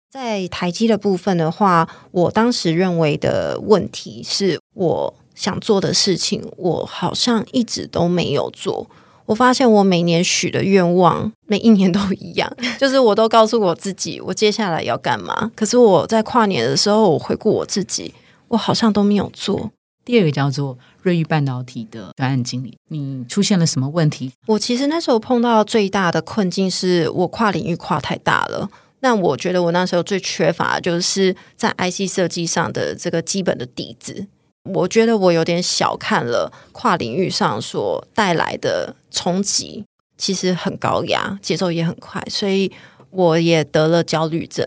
在台积的部分的话，我当时认为的问题是我想做的事情，我好像一直都没有做。我发现我每年许的愿望每一年都一样，就是我都告诉我自己我接下来要干嘛，可是我在跨年的时候我回顾我自己，我好像都没有做。 第二个叫做瑞昱半导体的专案经理，你出现了什么问题？ 我其实那时候碰到最大的困境是我跨领域跨太大了，那我觉得我那时候最缺乏的就是在 IC 设计上的这个基本的底子。我觉得我有点小看了跨领域上所带来的冲击，其实很高压，节奏也很快，所以我也得了焦虑症。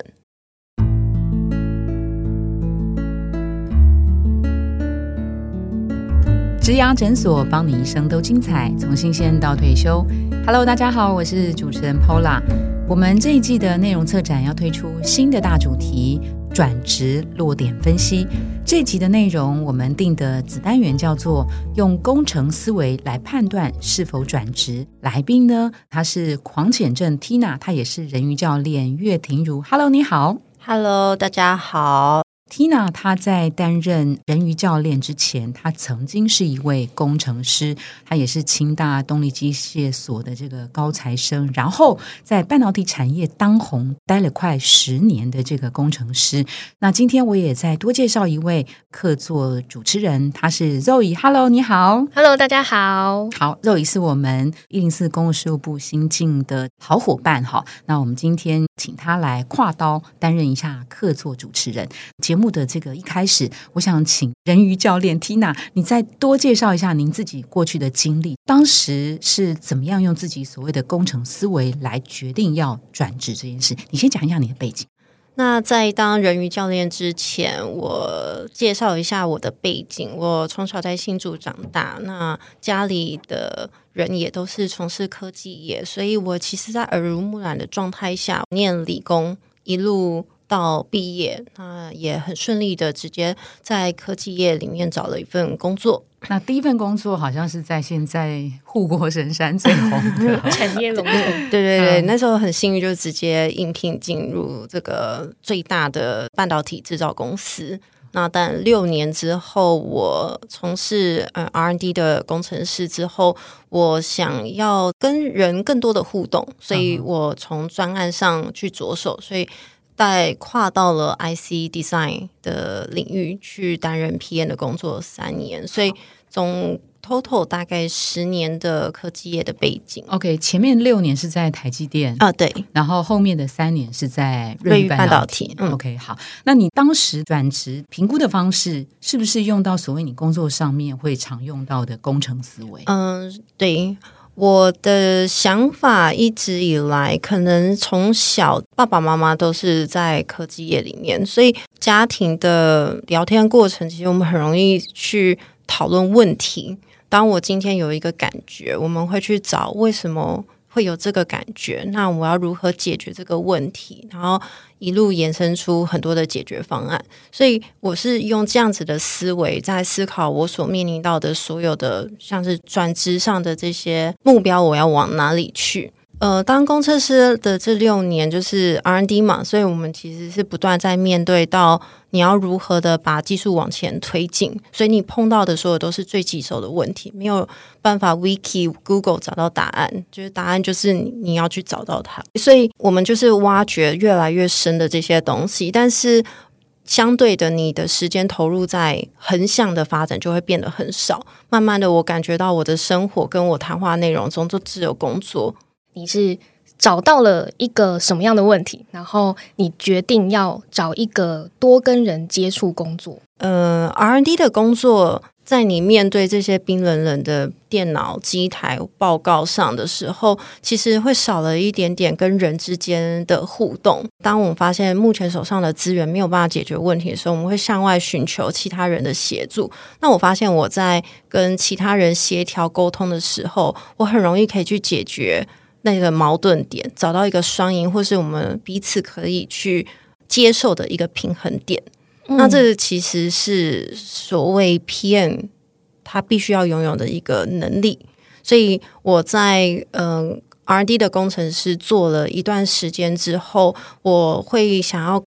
职涯诊所，帮你一生都精彩，从新鲜到退休。Hello， 大家好，我是主持人 Paula。我们这一季的内容策展要推出新的大主题——转职落点分析。这一集的内容，我们定的子单元叫做“用工程思维来判断是否转职”。来宾呢，她是狂潜症 Tina， 她也是人鱼教练岳庭如。Hello， 你好。 Hello， 大家好。 Tina 她在担任人鱼教练之前，她曾经是一位工程师，她也是清大动力机械所的这个高材生，然后在半导体产业当红，待了快10年的这个工程师。那今天我也再多介绍一位客座主持人，她是 Zoe。Hello， 你好。 Hello， 大家好。 好， Zoe 是我们104公务事务部新进的好伙伴哈。那我们今天请她来跨刀担任一下客座主持人。节目的这个一开始，我想请人鱼教练 Tina， 你再多介绍一下您自己过去的经历，当时是怎么样用自己所谓的工程思维来决定要转职这件事？你先讲一下你的背景。 那在当人鱼教练之前，我介绍一下我的背景。我从小在新竹长大，那家里的人也都是从事科技业，所以我其实在耳濡目染的状态下念理工，一路到毕业，那也很顺利的直接在科技业里面找了一份工作。 那第一份工作好像是在现在护国神山最红的产业龙头。 对对对，那时候很幸运就直接应聘进入这个最大的半导体制造公司。那但6年之后，我从事R&D 的工程师之后，我想要跟人更多的互动，所以我从专案上去着手，所以带跨到了 IC Design 的领域去担任 PM 的工作3年，所以总 total 大概10年的科技业的背景。 OK， 前面6年是在台积电啊，对， 然后后面的3年是在瑞昱半导体。OK， 好，那你当时转职评估的方式是不是用到所谓你工作上面会常用到的工程思维？ 对，我的想法一直以来，可能从小爸爸妈妈都是在科技业里面，所以家庭的聊天过程，其实我们很容易去讨论问题。当我今天有一个感觉，我们会去找为什么会有这个感觉，那我要如何解决这个问题，然后一路延伸出很多的解决方案。所以我是用这样子的思维在思考我所面临到的所有的像是转职上的这些目标，我要往哪里去。当工程师的这6年就是 R&D 嘛，所以我们其实是不断在面对到你要如何的把技术往前推进，所以你碰到的所有都是最棘手的问题，没有办法 Wiki、Google 找到答案，就是答案就是你要去找到它，所以我们就是挖掘越来越深的这些东西，但是相对的你的时间投入在横向的发展就会变得很少。慢慢的我感觉到我的生活跟我谈话内容中就只有工作。 你是找到了一个什么样的问题，然后你决定要找一个多跟人接触工作。 R&D 的工作，在你面对这些冰冷冷的电脑机台报告上的时候，其实会少了一点点跟人之间的互动。当我们发现目前手上的资源没有办法解决问题的时候，我们会向外寻求其他人的协助。那我发现我在跟其他人协调沟通的时候，我很容易可以去解决那个矛盾点，找到一个双赢，或是我们彼此可以去接受的一个平衡点。那这其实是所谓 PM 他必须要拥有的一个能力。所以我在R&D 的工程师做了一段时间之后，我会想要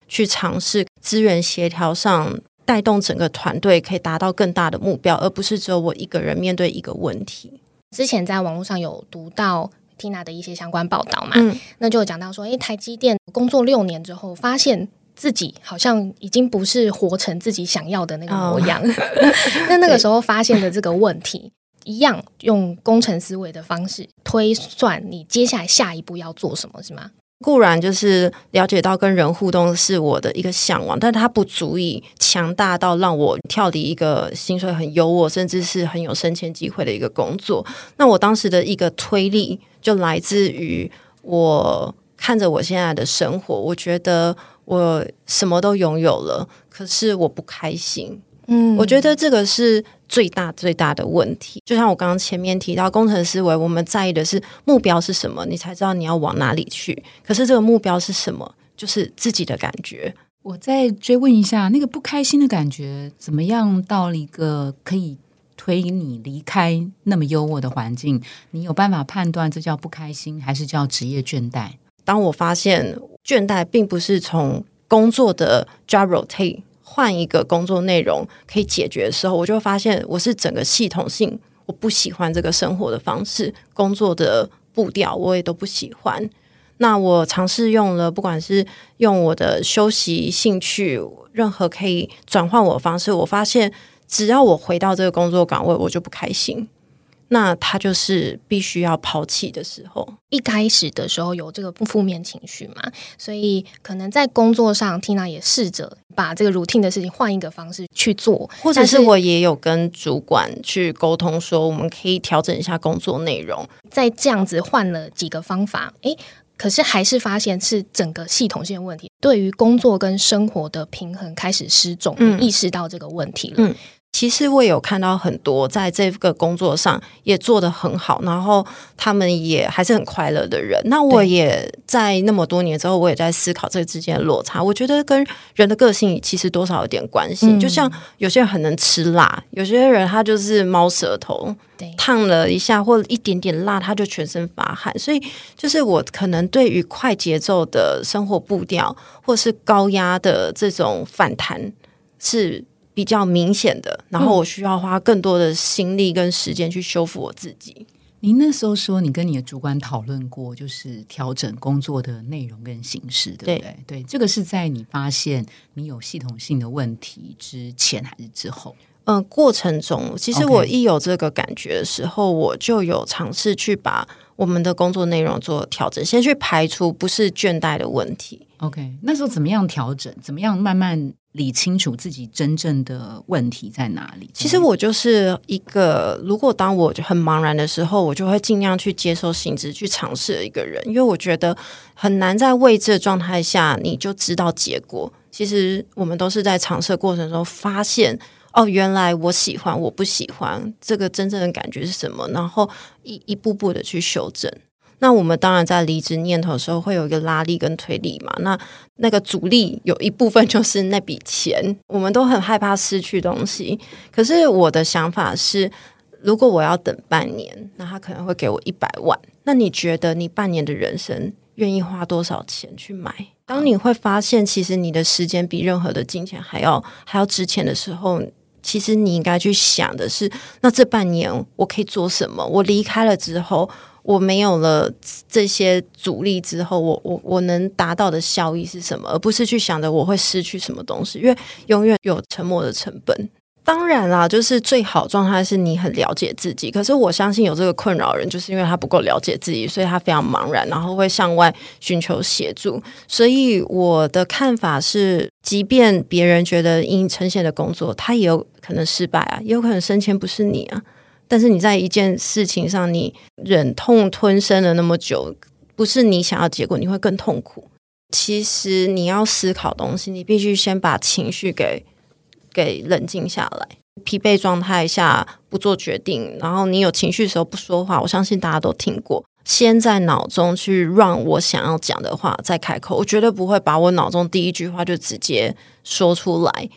去尝试资源协调上带动整个团队可以达到更大的目标，而不是只有我一个人面对一个问题。 之前在网络上有读到 Tina 的一些相关报道嘛，那就有讲到说台积电工作6年之后发现自己好像已经不是活成自己想要的那个模样那个时候发现的这个问题一样用工程思维的方式推算你接下来下一步要做什么，是吗？ 固然就是了解到跟人互动是我的一个向往，但它不足以强大到让我跳离一个薪水很优渥甚至是很有升迁机会的一个工作。那我当时的一个推力就来自于我看着我现在的生活，我觉得我什么都拥有了，可是我不开心。我觉得这个是最大的问题。就像我刚刚前面提到工程思维，我们在意的是目标是什么，你才知道你要往哪里去，可是这个目标是什么，就是自己的感觉。 我再追问一下，那个不开心的感觉怎么样到了一个可以推你离开那么优渥的环境，你有办法判断这叫不开心还是叫职业倦怠？ 当我发现倦怠并不是从工作的 job rotate换一个工作内容可以解决的时候，我就发现我是整个系统性我不喜欢这个生活的方式，工作的步调我也都不喜欢。那我尝试用了不管是用我的休息兴趣任何可以转换我的方式，我发现只要我回到这个工作岗位我就不开心，那他就是必须要抛弃的时候。 一开始的时候有这个不负面情绪嘛，所以可能在工作上 Tina 也试着把这个 routine 的事情换一个方式去做， 或者是我也有跟主管去沟通说我们可以调整一下工作内容。 在这样子换了几个方法，可是还是发现是整个系统性的问题，对于工作跟生活的平衡开始失重，意识到这个问题了。 其实我有看到很多在这个工作上也做得很好，然后他们也还是很快乐的人。那我也在那么多年之后，我也在思考这之间的落差。我觉得跟人的个性其实多少有点关系。就像有些人很能吃辣，有些人他就是猫舌头，烫了一下或一点点辣他就全身发汗。所以就是我可能对于快节奏的生活步调或是高压的这种反弹是比较明显的，然后我需要花更多的心力跟时间去修复我自己。 您那时候说你跟你的主管讨论过就是调整工作的内容跟形式，对不对？对，这个是在你发现你有系统性的问题之前还是之后？ 过程中其实我一有这个感觉的时候，我就有尝试去把我们的工作内容做调整，先去排除不是倦怠的问题。 OK， 那时候怎么样调整？怎么样慢慢理清楚自己真正的问题在哪里？ 其实我就是一个，如果当我很茫然的时候，我就会尽量去接受薪资，去尝试的一个人。因为我觉得很难在未知的状态下你就知道结果。其实我们都是在尝试的过程中发现，原来我喜欢，我不喜欢，这个真正的感觉是什么，然后一步步的去修正。那我们当然在离职念头的时候会有一个拉力跟推力嘛，那个阻力有一部分就是那笔钱，我们都很害怕失去东西。可是我的想法是，如果我要等半年，那他可能会给我100万，那你觉得你半年的人生愿意花多少钱去买？当你会发现其实你的时间比任何的金钱还要值钱的时候，其实你应该去想的是，那这半年我可以做什么？我离开了之后，我没有了这些阻力之后，我能达到的效益是什么？而不是去想着我会失去什么东西，因为永远有沉没的成本。当然啦，就是最好状态是你很了解自己，可是我相信有这个困扰的人就是因为他不够了解自己，所以他非常茫然，然后会向外寻求协助。所以我的看法是，即便别人觉得你呈现的工作他也有可能失败啊，也有可能升迁不是你啊，但是你在一件事情上你忍痛吞声了那么久，不是你想要结果，你会更痛苦。其实你要思考东西，你必须先把情绪给冷静下来。疲惫状态下不做决定，然后你有情绪的时候不说话，我相信大家都听过，先在脑中去让我想要讲的话再开口，我绝对不会把我脑中第一句话就直接说出来。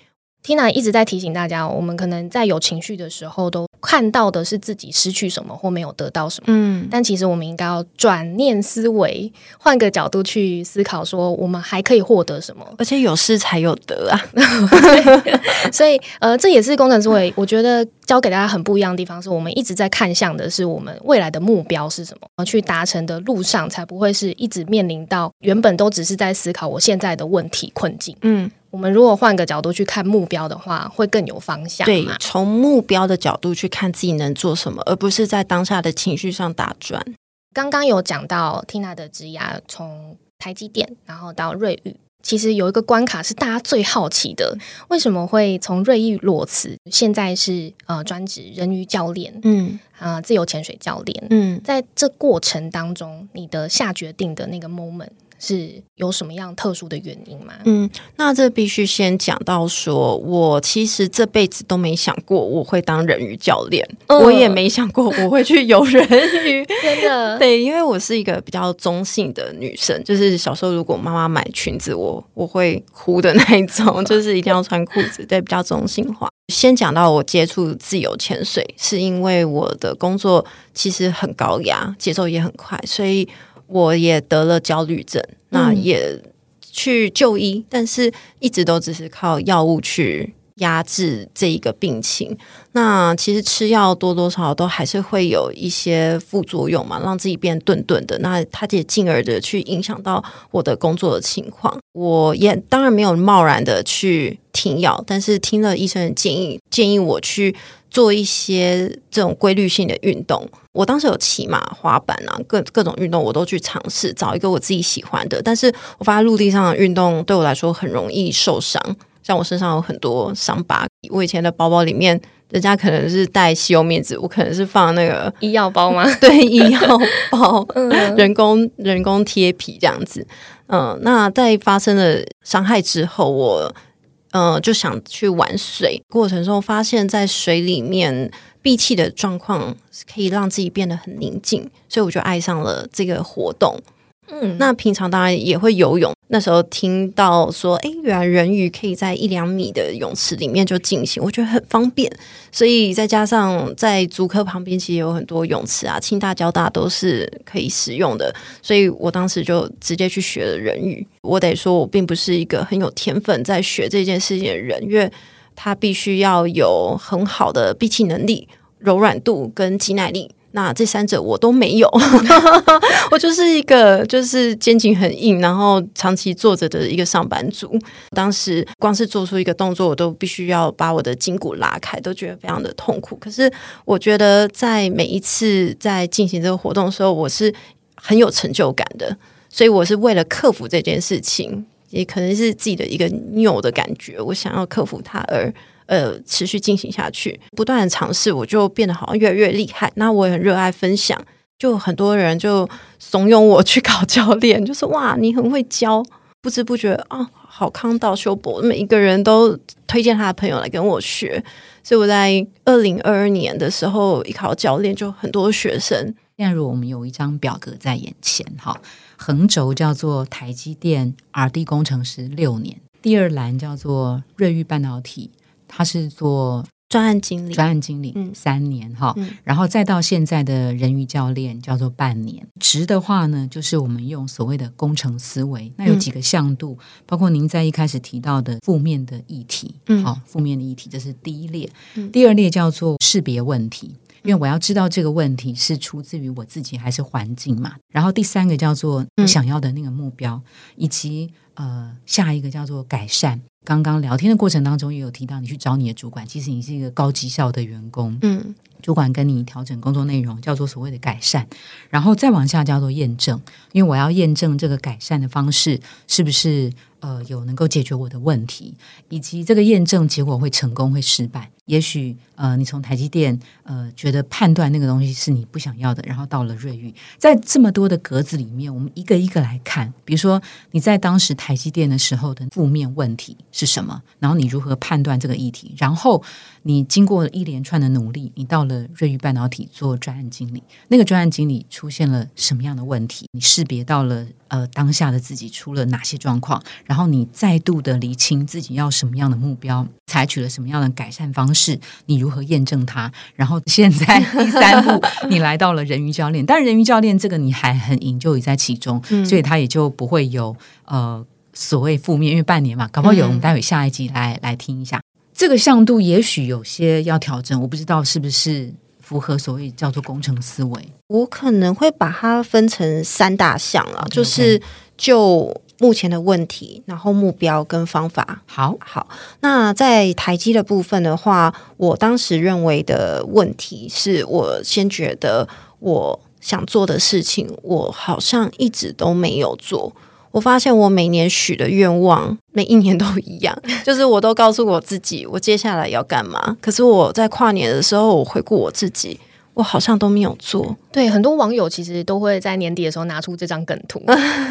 Tina 一直在提醒大家，我们可能在有情绪的时候都看到的是自己失去什么或没有得到什么，但其实我们应该要转念思维，换个角度去思考说我们还可以获得什么， 而且有失才有得啊。 所以这也是工程思维我觉得教给大家很不一样的地方，是我们一直在看向的是我们未来的目标是什么，去达成的路上才不会是一直面临到原本都只是在思考我现在的问题困境。我们如果换个角度去看目标的话，会更有方向。 对，从目标的角度去看自己能做什么，而不是在当下的情绪上打转。 刚刚有讲到 Tina 的职涯从台积电然后到瑞昱，其实有一个关卡是大家最好奇的，为什么会从瑞昱裸辞，现在是专职人鱼教练，自由潜水教练。在这过程当中，你的下决定的那个 moment是有什么样特殊的原因吗？ 那这必须先讲到说，我其实这辈子都没想过我会当人鱼教练，我也没想过我会去游人鱼。 真的， 对，因为我是一个比较中性的女生，就是小时候如果妈妈买裙子，我会哭的那一种，就是一定要穿裤子，对，比较中性化。先讲到我接触自由潜水，是因为我的工作其实很高压，节奏也很快，所以我也得了焦虑症，那也去就医，但是一直都只是靠药物去压制这一个病情。那其实吃药多多少少都还是会有一些副作用嘛，让自己变顿顿的，那它也进而的去影响到我的工作的情况。我也当然没有贸然的去停药，但是听了医生的建议我去做一些这种规律性的运动。我当时有骑马、滑板啊，各种运动我都去尝试，找一个我自己喜欢的。但是我发现陆地上的运动对我来说很容易受伤，像我身上有很多伤疤。我以前的包包里面，人家可能是带吸油面纸，我可能是放那个医药包吗？ 对，医药包，人工贴皮这样子。那在发生了伤害之后，我就想去玩水，过程中发现在水里面闭气的状况可以让自己变得很宁静，所以我就爱上了这个活动。那平常当然也会游泳，那时候听到说原来人鱼可以在1-2米的泳池里面就进行，我觉得很方便，所以再加上在竹科旁边其实有很多泳池啊，清大交大都是可以使用的，所以我当时就直接去学了人鱼。我得说我并不是一个很有天分在学这件事情的人，因为他必须要有很好的闭气能力、柔软度跟肌耐力，那这3者我都没有。我就是一个就是肩颈很硬，然后长期坐着的一个上班族。当时光是做出一个动作，我都必须要把我的筋骨拉开，都觉得非常的痛苦。可是我觉得在每一次在进行这个活动的时候，我是很有成就感的，所以我是为了克服这件事情，也可能是自己的一个拗的感觉，我想要克服它而持续进行下去，不断的尝试，我就变得好像越来越厉害。那我也很热爱分享，就很多人就怂恿我去考教练，就说哇你很会教，不知不觉好康到修博，每一个人都推荐他的朋友来跟我学。所以我在2022年的时候一考教练，就很多学生。 现在如果我们有一张表格在眼前，横轴叫做台积电 R&D 工程师6年，第二栏叫做瑞昱半导体，他是做专案经理 3年然后再到现在的人鱼教练叫做半年。职的话呢，就是我们用所谓的工程思维，那有几个向度，包括您在一开始提到的负面的议题，负面的议题这是第一列，第二列叫做识别问题，因为我要知道这个问题是出自于我自己还是环境嘛。然后第3个叫做想要的那个目标，以及下一个叫做改善。刚刚聊天的过程当中也有提到你去找你的主管，其实你是一个高绩效的员工，主管跟你调整工作内容叫做所谓的改善，然后再往下叫做验证，因为我要验证这个改善的方式是不是有能够解决我的问题，以及这个验证结果会成功会失败。也许你从台积电觉得判断那个东西是你不想要的，然后到了瑞昱，在这么多的格子里面，我们一个一个来看。比如说你在当时台积电的时候的负面问题是什么，然后你如何判断这个议题，然后你经过一连串的努力，你到了瑞昱半导体做专案经理，那个专案经理出现了什么样的问题，你识别到了当下的自己出了哪些状况，然然后你再度的厘清自己要什么样的目标，采取了什么样的改善方式，你如何验证它，然后现在第3步你来到了人鱼教练，但人鱼教练这个你还很enjoy在其中，所以它也就不会有所谓负面，因为半年嘛，搞不好有，我们待会下一集来听一下。这个向度也许有些要调整，我不知道是不是符合所谓叫做工程思维。 我可能会把它分成3大项了， Okay, 就是就目前的问题，然后目标跟方法。 好， 那在台积的部分的话，我当时认为的问题是，我先觉得我想做的事情，我好像一直都没有做。我发现我每年许的愿望每一年都一样，就是我都告诉我自己我接下来要干嘛，可是我在跨年的时候我回顾我自己，我好像都没有做。 对，很多网友其实都会在年底的时候拿出这张梗图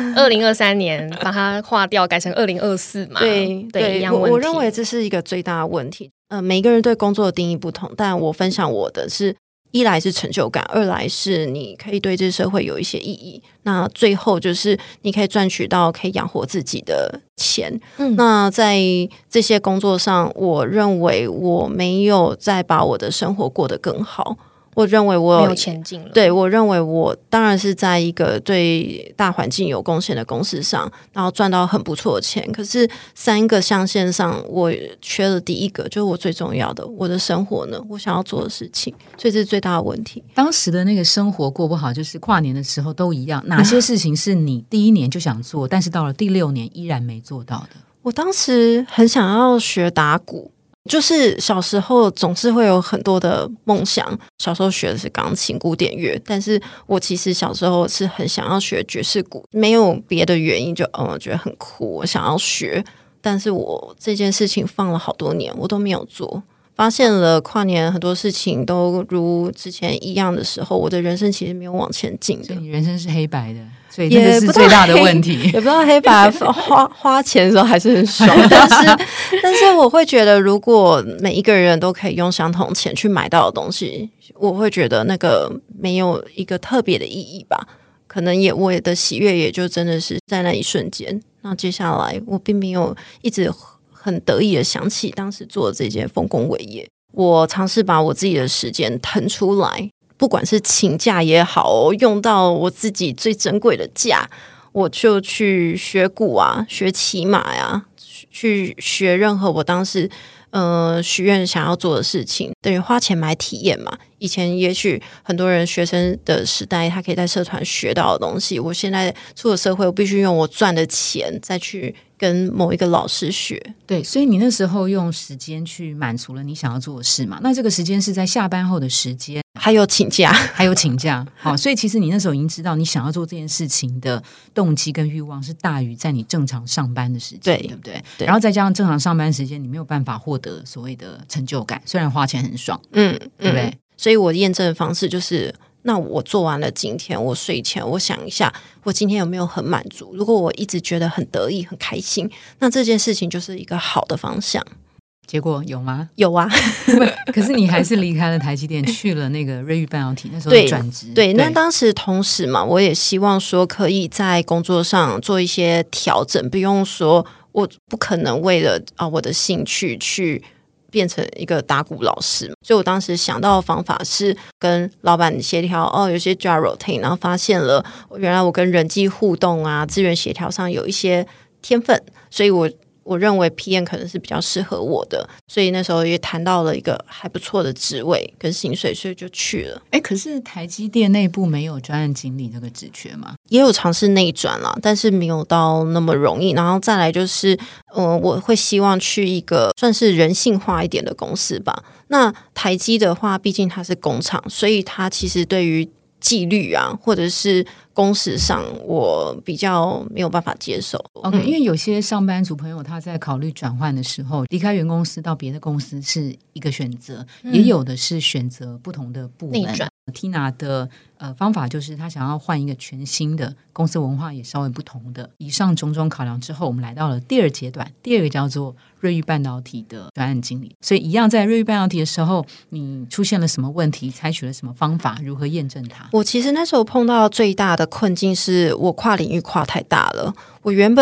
2023年把它划掉改成2024嘛。对，一样问题。 我认为这是一个最大的问题。每个人对工作的定义不同，但我分享我的是，一来是成就感，二来是你可以对这社会有一些意义，那最后就是你可以赚取到可以养活自己的钱。那在这些工作上，我认为我没有再把我的生活过得更好，我认为我没有前进了。 对，我认为我当然是在一个对大环境有贡献的公司上，然后赚到很不错的钱，可是3个象限上我缺了第一个，就是我最重要的我的生活呢，我想要做的事情，所以这是最大的问题。 当时的那个生活过不好，就是跨年的时候都一样，哪些事情是你第1年就想做，但是到了第6年依然没做到的？ 我当时很想要学打鼓，就是小时候总是会有很多的梦想，小时候学的是钢琴古典乐，但是我其实小时候是很想要学爵士鼓，没有别的原因，就觉得很酷，我想要学，但是我这件事情放了好多年我都没有做。发现了跨年很多事情都如之前一样的时候，我的人生其实没有往前进的。 所以你人生是黑白的，所以那个是最大的问题。 也不知道黑白花钱的时候还是很爽，但是我会觉得，如果每一个人都可以用相同钱去买到的东西，我会觉得那个没有一个特别的意义吧。可能我的喜悦也就真的是在那一瞬间。那接下来我并没有一直很得意的想起当时做的这件丰功伟业。我尝试把我自己的时间腾出来，不管是请假也好，用到我自己最珍贵的假，我就去学鼓啊，学骑马呀，去学任何我当时许愿想要做的事情，等于花钱买体验嘛。以前也许很多人学生的时代他可以在社团学到的东西，我现在出了社会，我必须用我赚的钱再去跟某一个老师学。 对，所以你那时候用时间去满足了你想要做的事嘛。那这个时间是在下班后的时间， 还有请假好，所以其实你那时候已经知道你想要做这件事情的动机跟欲望是大于在你正常上班的时间，对不对？ 对， 然后再加上正常上班时间你没有办法获得所谓的成就感，虽然花钱很爽，对不对？ 所以我验证的方式就是，那我做完了今天，我睡前我想一下我今天有没有很满足，如果我一直觉得很得意很开心，那这件事情就是一个好的方向。 结果有吗？ 有啊可是你还是离开了台积电去了那个瑞昱半导体，那时候转职。 对，那当时同时嘛，我也希望说可以在工作上做一些调整，不用说我不可能为了我的兴趣去变成一个打鼓老师，所以我当时想到的方法是跟老板协调，有些 job routine， 然后发现了原来我跟人际互动啊、资源协调上有一些天分，所以我认为 PM 可能是比较适合我的，所以那时候也谈到了一个还不错的职位跟薪水，所以就去了。 可是台积电内部没有专案经理这个职缺吗？ 也有尝试内转啦，但是没有到那么容易。然后再来就是我会希望去一个算是人性化一点的公司吧。那台积的话毕竟它是工厂，所以它其实对于纪律啊或者是工时上我比较没有办法接受。 OK，因为有些上班族朋友他在考虑转换的时候，离开原公司到别的公司是一个选择，也有的是选择不同的部门。Tina 的方法就是他想要换一个全新的公司文化也稍微不同的。以上种种考量之后，我们来到了第2阶段，第2个叫做瑞昱半导体的专案经理。所以一样在瑞昱半导体的时候，你出现了什么问题，采取了什么方法，如何验证它？ 我其实那时候碰到最大的困境是我跨领域跨太大了。我原本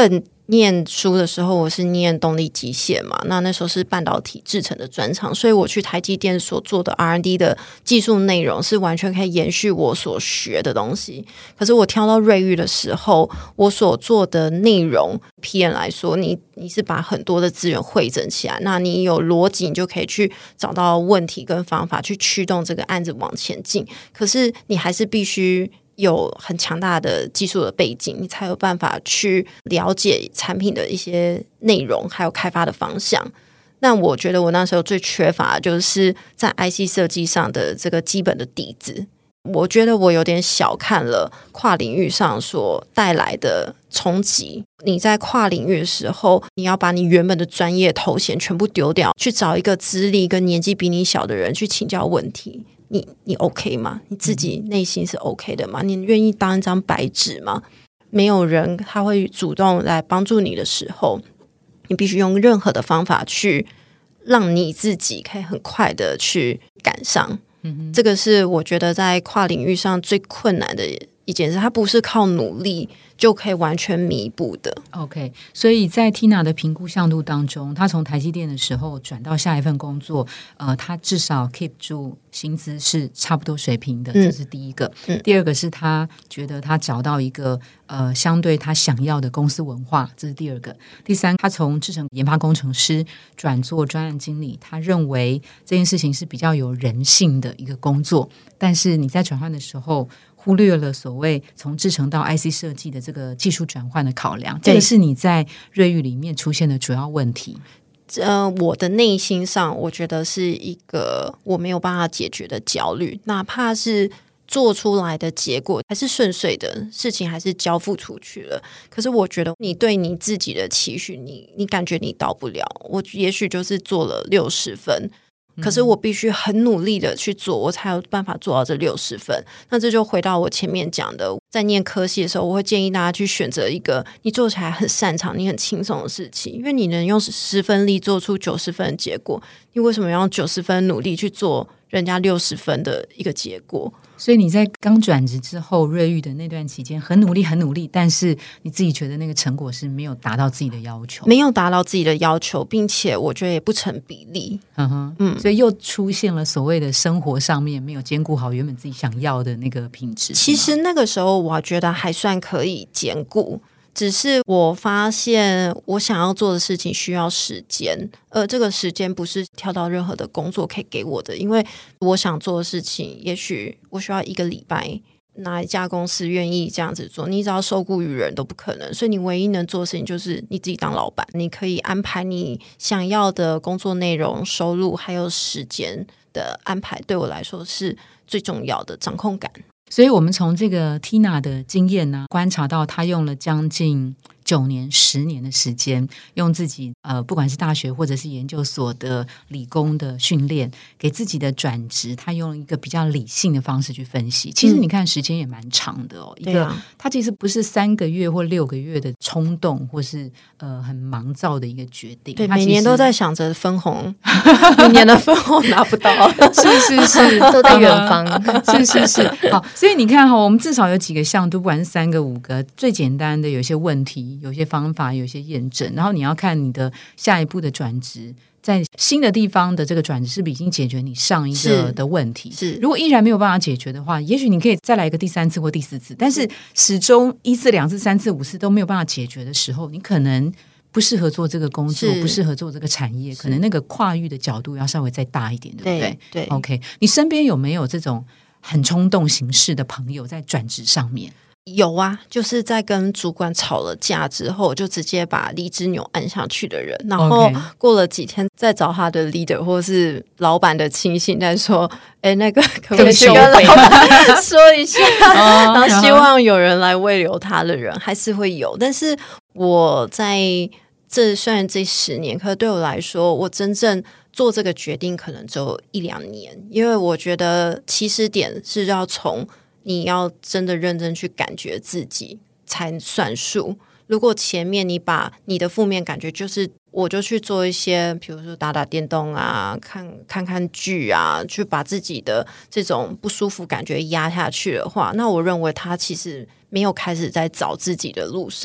念书的时候我是念动力机械嘛，那时候是半导体制程的专长，所以我去台积电所做的 R&D 的技术内容是完全可以延续我所学的东西。可是我跳到瑞昱的时候，我所做的内容 PM 来说，你是把很多的资源汇整起来，那你有逻辑，你就可以去找到问题跟方法去驱动这个案子往前进。可是你还是必须有很强大的技术的背景，你才有办法去了解产品的一些内容还有开发的方向。那我觉得我那时候最缺乏的就是在 IC 设计上的这个基本的底子。我觉得我有点小看了跨领域上所带来的冲击。你在跨领域的时候，你要把你原本的专业头衔全部丢掉，去找一个资历跟年纪比你小的人去请教问题，你 OK 吗？你自己内心是 OK 的吗？你愿意当一张白纸吗？没有人他会主动来帮助你的时候，你必须用任何的方法去让你自己可以很快的去赶上。这个是我觉得在跨领域上最困难的一件事，它不是靠努力就可以完全弥补的。 OK， 所以在 Tina 的评估向度当中，她从台积电的时候转到下一份工作，她至少 keep 住薪资是差不多水平的，这是第一个。第二个是她觉得她找到一个相对她想要的公司文化，这是第二个。第三，她从制程研发工程师转做专案经理，她认为这件事情是比较有人性的一个工作，但是你在转换的时候忽略了所谓从制程到 IC 设计的这个技术转换的考量，这个是你在瑞昱里面出现的主要问题。 我的内心上我觉得是一个我没有办法解决的焦虑，哪怕是做出来的结果还是顺遂的，事情还是交付出去了，可是我觉得你对你自己的期许，你感觉你到不了。我也许就是做了60分，可是我必须很努力的去做，我才有办法做到这60分。那这就回到我前面讲的，在念科系的时候，我会建议大家去选择一个你做起来很擅长你很轻松的事情，因为你能用10分力做出90分的结果，你为什么要用90分努力去做人家60分的一个结果？ 所以你在刚转职之后瑞昱的那段期间很努力，但是你自己觉得那个成果是没有达到自己的要求， 没有达到自己的要求，并且我觉得也不成比例。 所以又出现了所谓的生活上面没有兼顾好原本自己想要的那个品质。 其实那个时候我觉得还算可以兼顾，只是我发现我想要做的事情需要时间，这个时间不是跳到任何的工作可以给我的。因为我想做的事情也许我需要1个礼拜，哪一家公司愿意这样子做？你只要受雇于人都不可能，所以你唯一能做的事情就是你自己当老板，你可以安排你想要的工作内容、收入还有时间的安排，对我来说是最重要的掌控感。 所以我们从这个 Tina 的经验呢，观察到她用了将近9年、10年的时间，用自己不管是大学或者是研究所的理工的训练，给自己的转职，她用一个比较理性的方式去分析。其实你看时间也蛮长的哦，一个她其实不是3个月或6个月的冲动，或是很忙躁的一个决定。 对，每年都在想着分红，明年的分红拿不到， 是都在远方， 是。好，所以你看哈，我们至少有几个项度，不管是3个、5个，最简单的有些问题。有些方法，有些验证，然后你要看你的下一步的转职，在新的地方的这个转职是不是已经解决你上一个的问题。 是， 如果依然没有办法解决的话，也许你可以再来一个第3次或第4次，但是始终1次、2次、3次、5次都没有办法解决的时候，你可能不适合做这个工作，不适合做这个产业，可能那个跨域的角度要稍微再大一点，对不对？ 对 OK， 你身边有没有这种很冲动行事的朋友在转职上面？ 有啊，就是在跟主管吵了架之后，就直接把离职钮按下去的人，然后过了几天再找他的 leader 或是老板的亲信再说，那个可不可以去跟老板说一下然后希望有人来慰留他的人还是会有。但是我在虽然这10年，可是对我来说，我真正做这个决定可能只有1-2年，因为我觉得起始点是要从你要真的认真去感觉自己才算数。如果前面你把你的负面感觉就是我就去做一些比如说打电动啊，看剧啊，去把自己的这种不舒服感觉压下去的话，那我认为他其实没有开始在找自己的路上。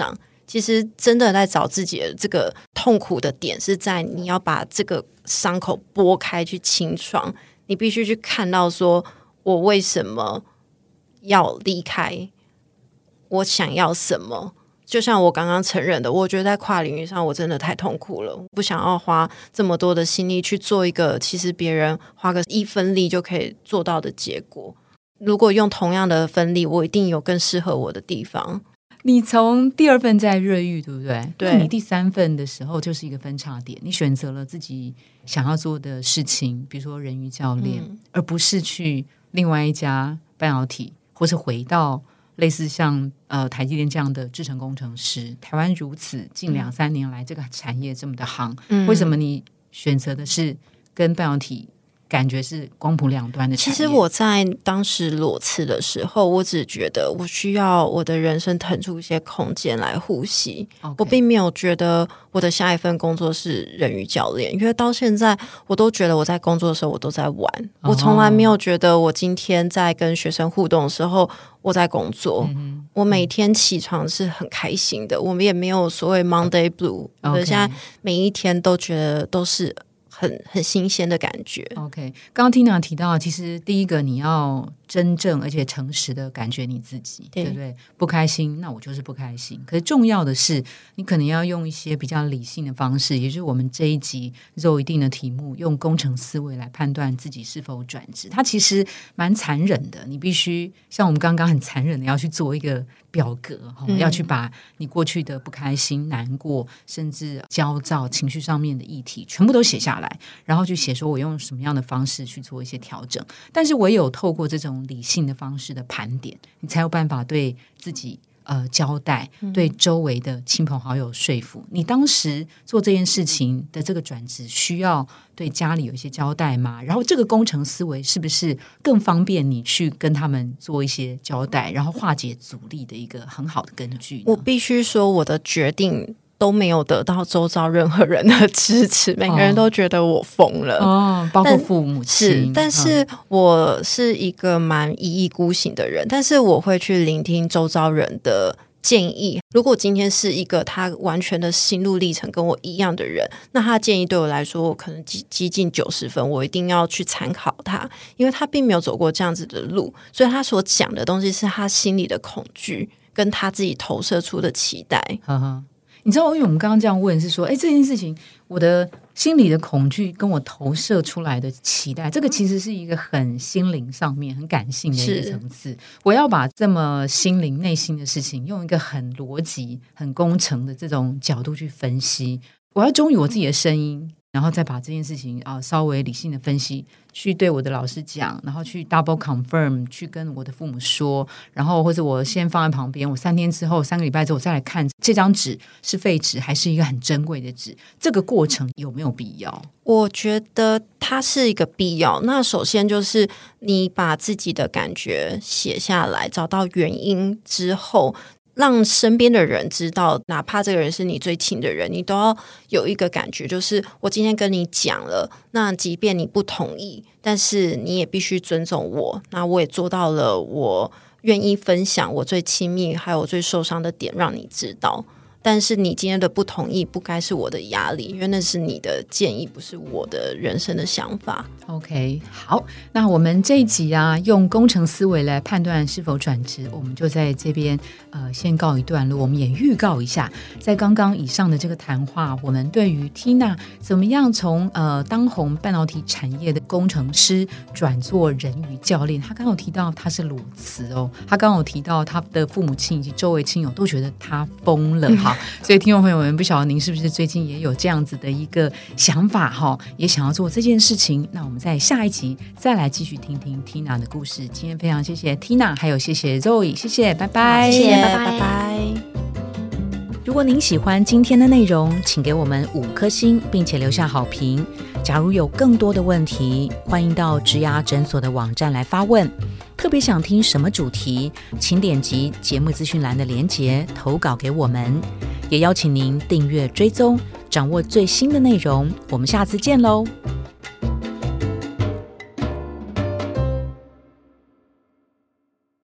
其实真的在找自己的这个痛苦的点是在你要把这个伤口拨开去清创，你必须去看到说我为什么要离开，我想要什么。就像我刚刚承认的，我觉得在跨领域上我真的太痛苦了，我不想要花这么多的心力去做一个其实别人花个1分力就可以做到的结果。如果用同样的分力，我一定有更适合我的地方。 你从第2份在瑞昱，对不对？ 对。 那你第3份的时候就是一个分叉点，你选择了自己想要做的事情，比如说人鱼教练，而不是去另外一家半导体，或是回到类似像台积电这样的制程工程师。台湾如此近2-3年来这个产业这么的夯，为什么你选择的是跟半导体感觉是光谱两端的产业？ 其实我在当时裸辞的时候，我只觉得我需要我的人生腾出一些空间来呼吸。我并没有觉得我的下一份工作是人鱼教练，因为到现在我都觉得我在工作的时候我都在玩，我从来没有觉得我今天在跟学生互动的时候我在工作。我每天起床是很开心的，我们也没有所谓 Monday Blue， 我现在每一天都觉得都是很新鲜的感觉。 OK， 刚刚 Tina 提到，其实第一个你要真正而且诚实的感觉你自己， 对不对？不开心那我就是不开心，可是重要的是你可能要用一些比较理性的方式，也就是我们这一集有一定的题目，用工程思维来判断自己是否转职。它其实蛮残忍的，你必须像我们刚刚很残忍的要去做一个表格，要去把你过去的不开心、难过甚至焦躁情绪上面的议题全部都写下来，然后去写说我用什么样的方式去做一些调整。但是唯有透过这种理性的方式的盘点，你才有办法对自己交代，对周围的亲朋好友说服。你当时做这件事情的这个转职需要对家里有一些交代吗？然后这个工程思维是不是更方便你去跟他们做一些交代，然后化解阻力的一个很好的根据呢？ 我必须说我的决定都没有得到周遭任何人的支持，每个人都觉得我疯了， 包括父母亲。 但是我是一个蛮一意孤行的人，但是我会去聆听周遭人的建议。如果今天是一个他完全的心路历程跟我一样的人，那他建议对我来说我可能接近90分，我一定要去参考他，因为他并没有走过这样子的路，所以他所讲的东西是他心里的恐惧跟他自己投射出的期待。 你知道，因为我们刚刚这样问是说，这件事情我的心里的恐惧跟我投射出来的期待，这个其实是一个很心灵上面很感性的一个层次。我要把这么心灵内心的事情用一个很逻辑很工程的这种角度去分析，我要忠于我自己的声音，然后再把这件事情稍微理性的分析，去对我的老师讲，然后去 double confirm， 去跟我的父母说，然后或者我先放在旁边，我3天之后3个礼拜之后我再来看这张纸是废纸还是一个很珍贵的纸，这个过程有没有必要？ 我觉得它是一个必要。那首先就是你把自己的感觉写下来，找到原因之后，让身边的人知道，哪怕这个人是你最亲的人，你都要有一个感觉，就是我今天跟你讲了，那即便你不同意，但是你也必须尊重我，那我也做到了，我愿意分享我最亲密还有我最受伤的点让你知道。但是你今天的不同意不该是我的压力，因为那是你的建议，不是我的人生的想法。 OK， 好，那我们这一集用工程思维来判断是否转职，我们就在这边先告一段落。我们也预告一下，在刚刚以上的这个谈话，我们对于 Tina 怎么样从当红半导体产业的工程师转做人鱼教练，他刚有提到他是裸辞他刚有提到他的父母亲以及周围亲友都觉得他疯了哈。所以听众朋友们，不晓得您是不是最近也有这样子的一个想法也想要做这件事情。那我们在下一集再来继续听听 Tina 的故事。今天非常谢谢 Tina， 还有谢谢 Zoe， 谢谢，拜拜。 谢谢，拜拜。 如果您喜欢今天的内容，请给我们5颗星，并且留下好评。假如有更多的问题，欢迎到职涯诊所的网站来发问。特别想听什么主题，请点击节目资讯栏的连结投稿给我们。也邀请您订阅追踪，掌握最新的内容。我们下次见喽。